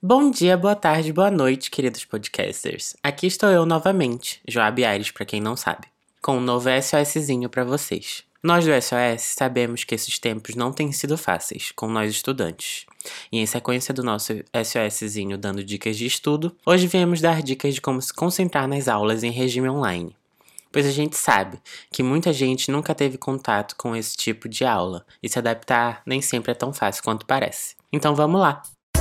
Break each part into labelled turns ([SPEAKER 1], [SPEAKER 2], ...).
[SPEAKER 1] Bom dia, boa tarde, boa noite, queridos podcasters. Aqui estou eu novamente, Joab Aires, pra quem não sabe, com um novo SOSzinho pra vocês. Nós do SOS sabemos que esses tempos não têm sido fáceis, com nós estudantes. E em sequência do nosso SOSzinho dando dicas de estudo, hoje viemos dar dicas de como se concentrar nas aulas em regime online. Pois a gente sabe que muita gente nunca teve contato com esse tipo de aula, e se adaptar nem sempre é tão fácil quanto parece. Então vamos lá!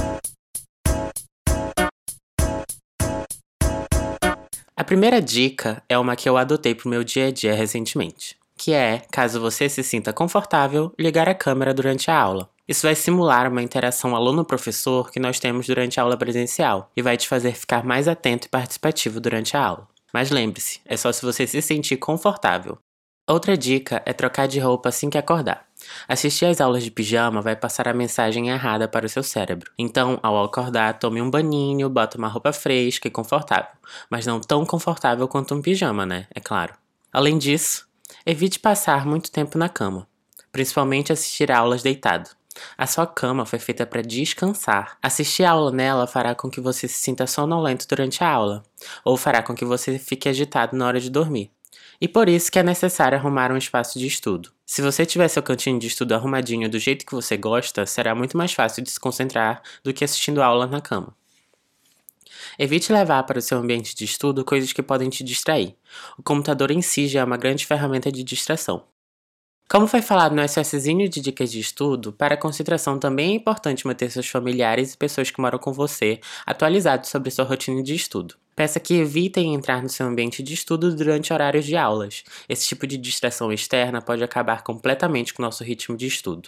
[SPEAKER 1] A primeira dica é uma que eu adotei pro meu dia a dia recentemente, que é, caso você se sinta confortável, ligar a câmera durante a aula. Isso vai simular uma interação aluno-professor que nós temos durante a aula presencial e vai te fazer ficar mais atento e participativo durante a aula. Mas lembre-se, é só se você se sentir confortável. Outra dica é trocar de roupa assim que acordar. Assistir às aulas de pijama vai passar a mensagem errada para o seu cérebro. Então, ao acordar, tome um baninho, bota uma roupa fresca e confortável. Mas não tão confortável quanto um pijama, né? É claro. Além disso, evite passar muito tempo na cama. Principalmente assistir aulas deitado. A sua cama foi feita para descansar. Assistir a aula nela fará com que você se sinta sonolento durante a aula. Ou fará com que você fique agitado na hora de dormir. E por isso que é necessário arrumar um espaço de estudo. Se você tiver seu cantinho de estudo arrumadinho do jeito que você gosta, será muito mais fácil de se concentrar do que assistindo aula na cama. Evite levar para o seu ambiente de estudo coisas que podem te distrair. O computador em si já é uma grande ferramenta de distração. Como foi falado no SOSzinho de dicas de estudo, para a concentração também é importante manter seus familiares e pessoas que moram com você atualizados sobre sua rotina de estudo. Peça que evitem entrar no seu ambiente de estudo durante horários de aulas. Esse tipo de distração externa pode acabar completamente com o nosso ritmo de estudo.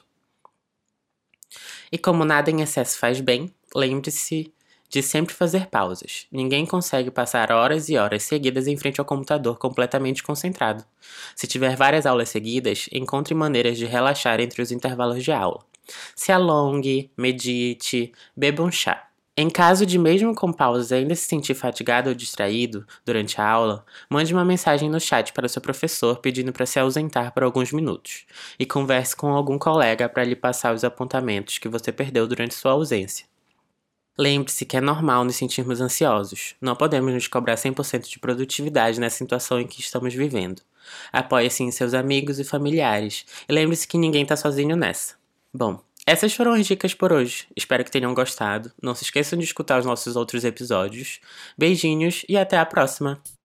[SPEAKER 1] E como nada em excesso faz bem, lembre-se de sempre fazer pausas. Ninguém consegue passar horas e horas seguidas em frente ao computador completamente concentrado. Se tiver várias aulas seguidas, encontre maneiras de relaxar entre os intervalos de aula. Se alongue, medite, beba um chá. Em caso de mesmo com pausas ainda se sentir fatigado ou distraído durante a aula, mande uma mensagem no chat para seu professor pedindo para se ausentar por alguns minutos e converse com algum colega para lhe passar os apontamentos que você perdeu durante sua ausência. Lembre-se que é normal nos sentirmos ansiosos. Não podemos nos cobrar 100% de produtividade na situação em que estamos vivendo. Apoie-se em seus amigos e familiares. E lembre-se que ninguém está sozinho nessa. Bom, essas foram as dicas por hoje. Espero que tenham gostado. Não se esqueçam de escutar os nossos outros episódios. Beijinhos e até a próxima!